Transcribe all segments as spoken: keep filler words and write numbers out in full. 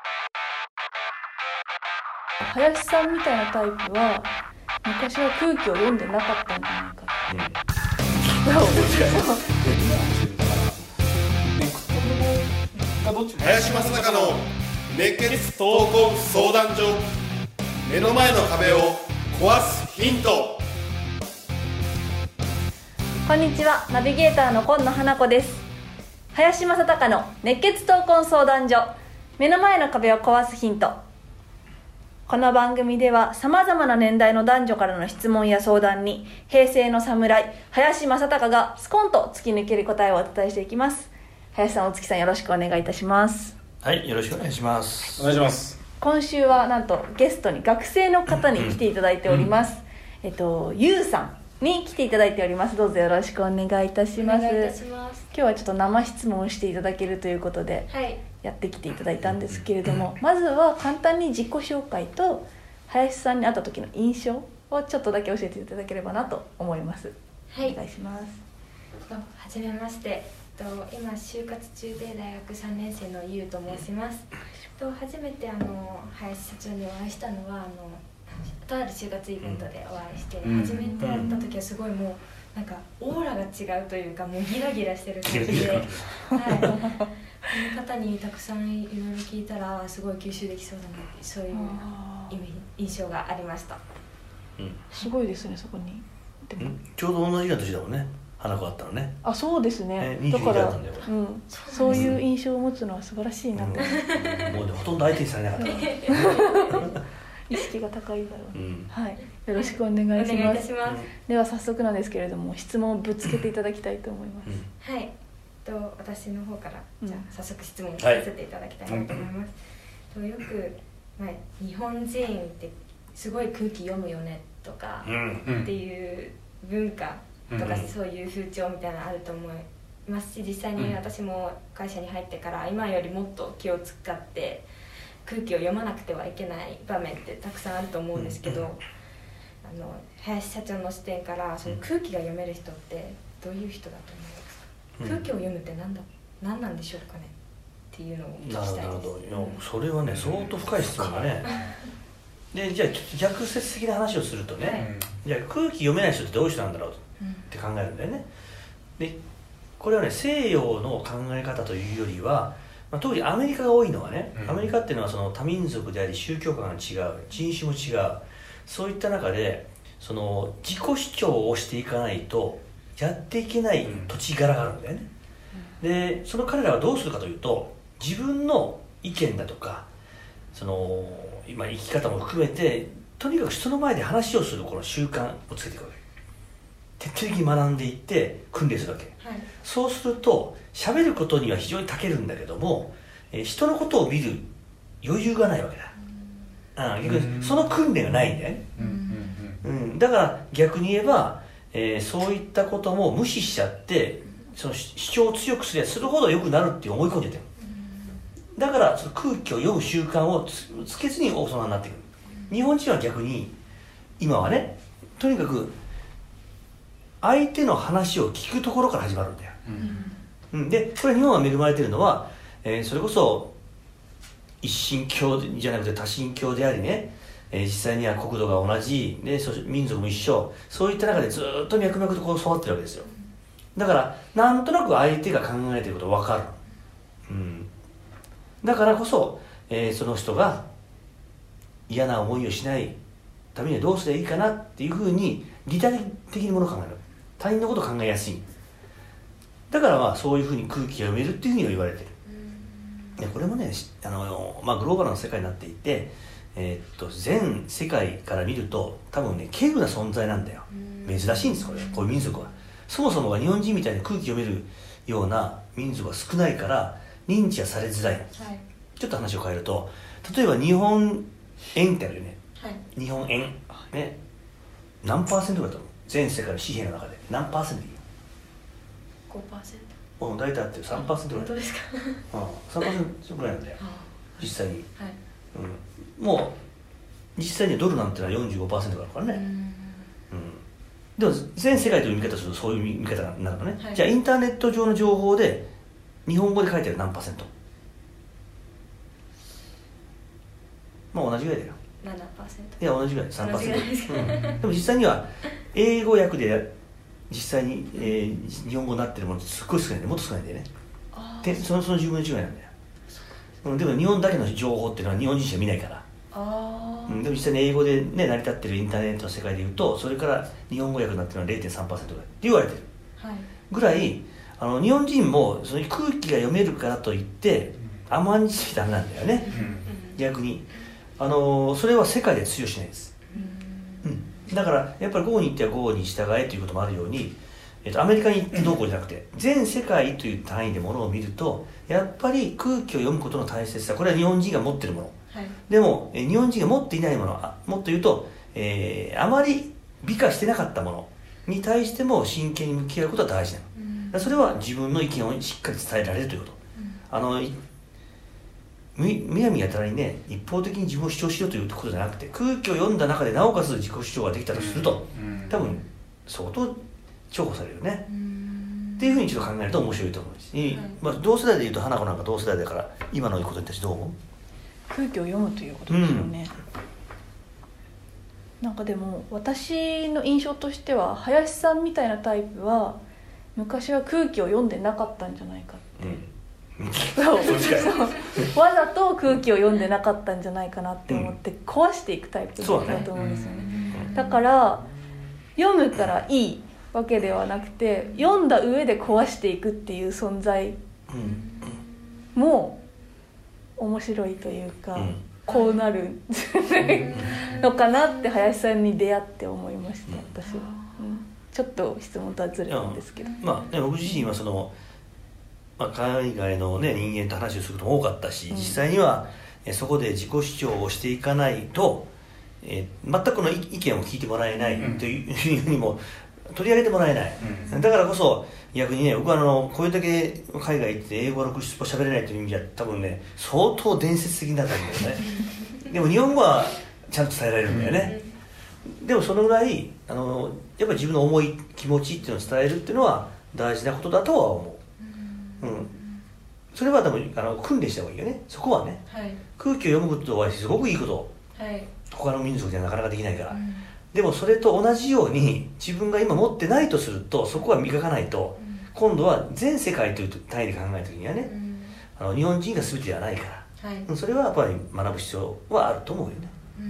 林さんみたいなタイプは昔は空気を読んでなかったんじゃないかって、 うん、林正孝の熱血闘魂相談所、目の前の壁を壊すヒント。 こんにちは、ナビゲーターの今野花子です。林正孝の熱血闘魂相談所、目の前の壁を壊すヒント。この番組ではさまざまな年代の男女からの質問や相談に、平成の侍林正孝がスコンと突き抜ける答えをお伝えしていきます。林さん、お月さん、よろしくお願いいたします。 はい、よろしくお願いします。 お願いします。 今週はなんとゲストに学生の方に来ていただいております、うんうん、えっとゆうさんに来ていただいております。どうぞよろしくお願いいたします。 お願いいたします。 今日はちょっと生質問をしていただけるということで、はい、やってきていただいたんですけれども、まずは簡単に自己紹介と林さんに会った時の印象をちょっとだけ教えていただければなと思います。はい、お願いします。 はじめまして、今就活中で大学さんねん生のゆうと申します。初めてあの林社長にお会いしたのはあのとある就活イベントでお会いして、うん、初めて会った時はすごいもうなんかオーラが違うというか、もうギラギラしてる感じで、はい、その方にたくさんいろいろ聞いたらすごい吸収できそうだな、そういう印象がありました。 うん、すごいですね。そこにでもちょうど同じような年だもんね、花子あったのね。 あ、そうですね、 えー、 だから、 だんだよ、 うん、そういう印象を持つのは素晴らしいなと、 うん、もう、ね、ほとんど相手にされなかったから意識が高いだろう、うん、はい、よろしくお願いします。 お願いいたします。 では早速なんですけれども、質問をぶつけていただきたいと思います。 うん、はい、と私の方から、じゃあ早速質問させていただきたいなと思います。はい、とよく、まあ、日本人ってすごい空気読むよねとか、うん、っていう文化とか、うん、そういう風潮みたいなのあると思いますし、実際に私も会社に入ってから今よりもっと気を使って空気を読まなくてはいけない場面ってたくさんあると思うんですけど、うん、あの林社長の視点からその空気が読める人ってどういう人だと思いますか？うん、空気を読むって何だ、何なんでしょうかねっていうのを聞きたいです。 なるほど、なるほど。それはね、相当深い質問だね。で、じゃあ逆説的な話をするとね、はい、じゃあ空気読めない人ってどういう人なんだろうって考えるんだよね。で、これはね、西洋の考え方というよりは、まあ、特にアメリカが多いのはね、アメリカっていうのはその多民族であり宗教観が違う、人種も違う、そういった中でその自己主張をしていかないとやっていけない土地柄があるんだよね。で、その彼らはどうするかというと、自分の意見だとかその今生き方も含めて、とにかく人の前で話をするこの習慣をつけていくわけ。徹底的に学んでいって訓練するわけ、はい、そうすると喋ることには非常に長けるんだけども、えー、人のことを見る余裕がないわけだ。うん、その訓練がないんだよね。うんうんうん、だから逆に言えば、えー、そういったことも無視しちゃって、その主張を強くすればするほど良くなるって思い込んでてる。だからその空気を読む習慣を つ, つけずに大人になってくる。日本人は逆に今はね、とにかく相手の話を聞くところから始まるんだよ、うん、で、これ日本は恵まれているのは、えー、それこそ一神教じゃなくて多神教でありね、えー、実際には国土が同じで、そ民族も一緒、そういった中でずっと脈々とこう育ってるわけですよ。だからなんとなく相手が考えていることが分かる、うん、だからこそ、えー、その人が嫌な思いをしないためにはどうすればいいかなっていうふうに利他的にものを考える。他人のことを考えやすい。だからまあそういうふうに空気が読めるっていうふうに言われてる。でこれもね、あの、まあ、グローバルな世界になっていて、えー、っと全世界から見ると多分ね、稀有な存在なんだよ。珍しいんです、これ。こういう民族はそもそもが日本人みたいに空気読めるような民族が少ないから認知はされづらい、はい、ちょっと話を変えると、例えば日本円ってあるよね、はい、日本円、ね、何パーセントぐらいだと思う？全世界の紙幣の中で何パーセントいい？ ごパーセント。 うん、大体あってる さんパーセント ぐらい。 本当ですか？ うん、さんパーセント ぐらいなんだよ実際に、はい、うん、もう実際にはドルなんてのは よんじゅうごパーセント あるからね。うん、うん、でも全世界という見方するとそういう見方になるのね、はい、じゃあインターネット上の情報で日本語で書いてある何パーセント？ まあ同じぐらいだよ。 ななパーセント。 いや同じぐらい さんパーセント。 同じぐらいですか、 うん、でも実際には英語訳で実際に、えー、日本語になってるものってすっごい少ないんで、もっと少ないんだよね。でそのそのじゅうぶんのいちぐらいなんだよ。うん、でも日本だけの情報っていうのは日本人しか見ないから。 あ、 うん、でも実際に英語で、ね、成り立ってるインターネットの世界でいうと、それから日本語訳になってるのは れいてんさんパーセント ぐらいって言われてる、 はい、 ぐらいあの日本人もその空気が読めるからといって甘んじてダメなんだよね、うん、逆にあのそれは世界で通用しないです、うんうん、だからやっぱり ゴー に行っては ゴー に従えということもあるように、えっと、アメリカに行ってどうこうじゃなくて全世界という単位でものを見るとやっぱり空気を読むことの大切さ、これは日本人が持ってるもの、はい、でもえ日本人が持っていないもの、あもっと言うと、えー、あまり美化してなかったものに対しても真剣に向き合うことは大事なの、うん、それは自分の意見をしっかり伝えられるということ、うん、あのむやみやたらにね一方的に自分を主張しようということじゃなくて、空気を読んだ中でなおかつ自己主張ができたとすると、うん、多分相当重宝されるよね、うん、っていうふうにちょっと考えると面白いと思うし、はい、まあ、同世代でいうと花子なんか同世代だから今のことに対してどう思う？ 空気を読むということですよね、うん、なんかでも私の印象としては林さんみたいなタイプは昔は空気を読んでなかったんじゃないかって、うん、そうそうわざと空気を読んでなかったんじゃないかなって思って壊していくタイプだと思うんですよね、うん、だから読むからいいわけではなくて読んだ上で壊していくっていう存在も面白いというか、うん、こうなるのかなって林さんに出会って思いました、私は、うん、ちょっと質問とはずれたんですけど、 まあね、僕自身はその、まあ、海外の、ね、人間と話をすることも多かったし、うん、実際にはえそこで自己主張をしていかないと、えー、全くの意見を聞いてもらえないというふうにも取り上げてもらえない、うん、だからこそ逆にね、僕はあのこれだけ海外行って英語がろくしっぽ喋れないという意味じゃ多分ね相当伝説的だったんだよねでも日本語はちゃんと伝えられるんだよね、うん、でもそのぐらいあのやっぱり自分の思い気持ちっていうのを伝えるっていうのは大事なことだとは思う、うんうん、それは多分あの訓練した方がいいよね、そこはね、はい、空気を読むことはすごくいいこと、はい、他の民族ではなかなかできないから、うん、でもそれと同じように自分が今持ってないとするとそこは磨かないと、うん、今度は全世界という単位で考えた時にはね、うん、あの日本人が全てではないから、はい、それはやっぱり学ぶ必要はあると思うよね、うん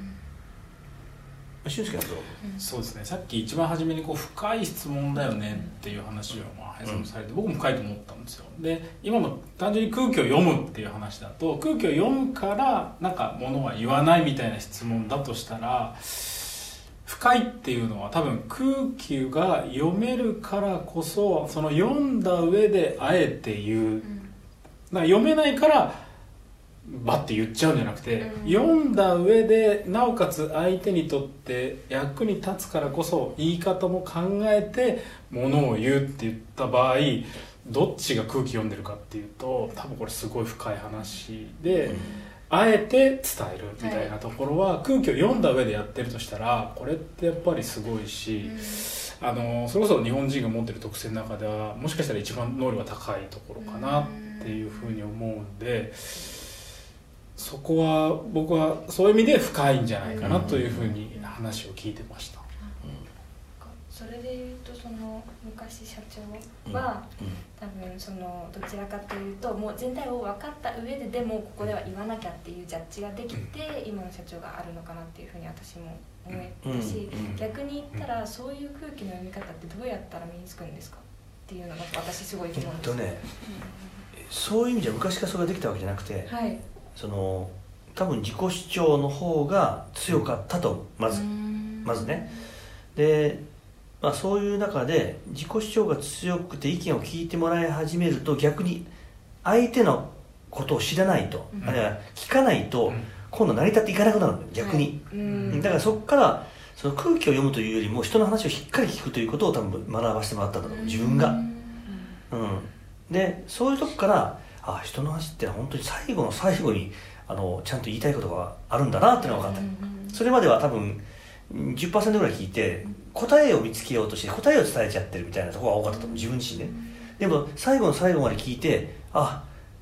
うん、俊介はどう？ そうですね、さっき一番初めにこう深い質問だよねっていう話をまあ林さんもされて、うん、僕も深いと思ったんですよ。で今の単純に空気を読むっていう話だと空気を読むからなんかものは言わないみたいな質問だとしたら、深いっていうのは多分空気が読めるからこそその読んだ上であえて言う、うん、だから読めないからバッて言っちゃうんじゃなくて、うん、読んだ上でなおかつ相手にとって役に立つからこそ言い方も考えてものを言うって言った場合どっちが空気読んでるかっていうと多分これすごい深い話で、うん、あえて伝えるみたいなところは空気を読んだ上でやってるとしたらこれってやっぱりすごいし、うん、あのそれこそ日本人が持ってる特性の中ではもしかしたら一番能力が高いところかなっていうふうに思うんで、そこは僕はそういう意味で深いんじゃないかなというふうに話を聞いてました、うん、 それでいうとその昔社長は、うんうん、多分そのどちらかというともう全体を分かった上ででもここでは言わなきゃっていうジャッジができて今の社長があるのかなっていうふうに私も思ったし、逆に言ったらそういう空気の読み方ってどうやったら身につくんですかっていうのが私すごい疑問です。えっとね、 そういう意味じゃ昔からそれができたわけじゃなくて、はい、その多分自己主張の方が強かったとまずまずねで、まあ、そういう中で自己主張が強くて意見を聞いてもらい始めると逆に相手のことを知らないと、うん、あるいは聞かないと、うん、今度成り立っていかなくなるの逆に、はい、うんだからそこからその空気を読むというよりも人の話をしっかり聞くということを多分学ばせてもらったんだと思う自分が、うん、うん、でそういうとこからあ人の話って本当に最後の最後にあのちゃんと言いたいことがあるんだなっていうのが分かった、うんうん、それまでは多分 じゅっパーセント ぐらい聞いて答えを見つけようとして答えを伝えちゃってるみたいなところが多かったと思う自分自身で、でも最後の最後まで聞いてあ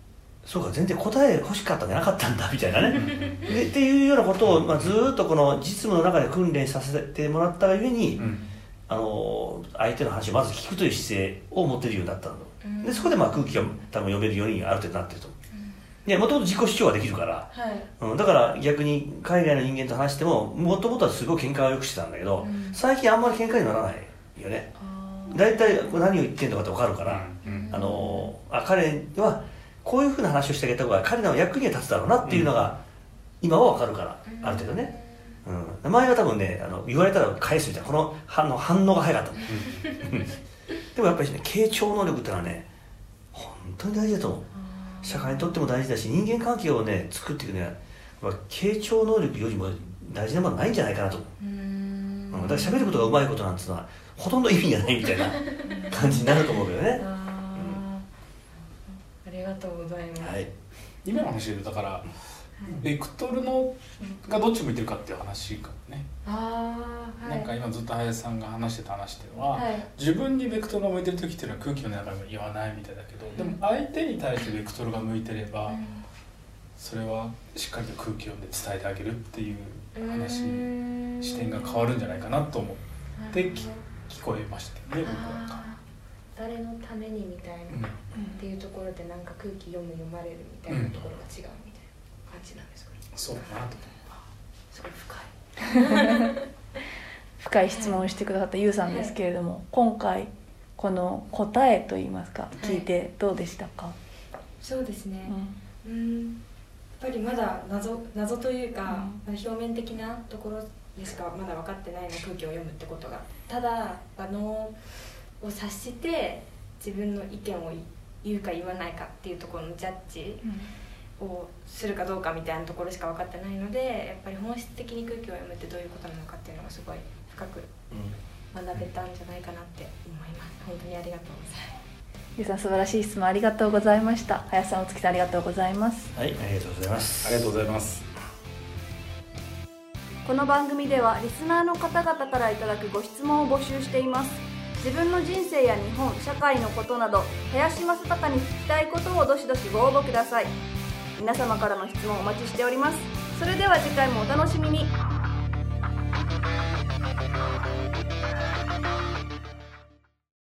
そうか全然答え欲しかったんじゃなかったんだみたいなねでっていうようなことを、まあ、ずーっとこの実務の中で訓練させてもらったがゆえに、うん、あの相手の話をまず聞くという姿勢を持てるようになったの、うん、でそこでまあ空気が多分読めるようにある程度なってると思う。もともと自己主張はできるから、はいうん、だから逆に海外の人間と話してももともとはすごい喧嘩をよくしてたんだけど、うん、最近あんまり喧嘩にならないよね。大体何を言ってんのかって分かるから、うん、あのあ彼はこういうふうな話をしてあげた方が彼の役には立つだろうなっていうのが今は分かるから、うん、ある程度ね、うん、前は多分ねあの言われたら返すみたいなこの反応反応が早かったでもやっぱりね傾聴能力ってのはね本当に大事だと思う。社会にとっても大事だし人間関係をね作っていくには傾聴能力よりも大事なものないんじゃないかなと思う。うんだから喋ることがうまいことなんていうのはほとんど意味がないみたいな感じになると思うけどね。 あ、うん、ありがとうございます、はい、 今の話でだから、はい、ベクトルのがどっち向いてるかっていう話かもね。 あ、はい、 なんか今ずっと林さんが話してた話っていうのは、はい、自分にベクトルが向いてる時っていうのは空気の中でも言わないみたいだけど、でも相手に対してベクトルが向いてれば、うん、それはしっかりと空気を読んで伝えてあげるっていう話に視点が変わるんじゃないかなと思って聞こえましたけどね、僕は。 誰のためにみたいな、うん、っていうところでなんか空気読む読まれるみたいなところが違うみたいな感じなんですかね。 そうだなと。 すごい深い深い質問をしてくださったゆうさんですけれども、はい、今回この答えといいますか聞いてどうでしたか？はい、 そうですね、うん、うんやっぱりまだ 謎, 謎というか、うん、表面的なところでしかまだ分かってないの空気を読むってことが。ただあのを察して自分の意見を言うか言わないかっていうところのジャッジ、うんをするかどうかみたいなところしか分かってないので、やっぱり本質的に空気を読むってどういうことなのかっていうのがすごい深く学べたんじゃないかなって思います。本当にありがとうございます。 ゆうさん素晴らしい質問ありがとうございました。林さんお月さんありがとうございます。 はい、ありがとうございます。 ありがとうございます。 この番組ではリスナーの方々からいただくご質問を募集しています。自分の人生や日本社会のことなど林正孝に聞きたいことをどしどしご応募ください。皆様からの質問お待ちしております。それでは次回もお楽しみに。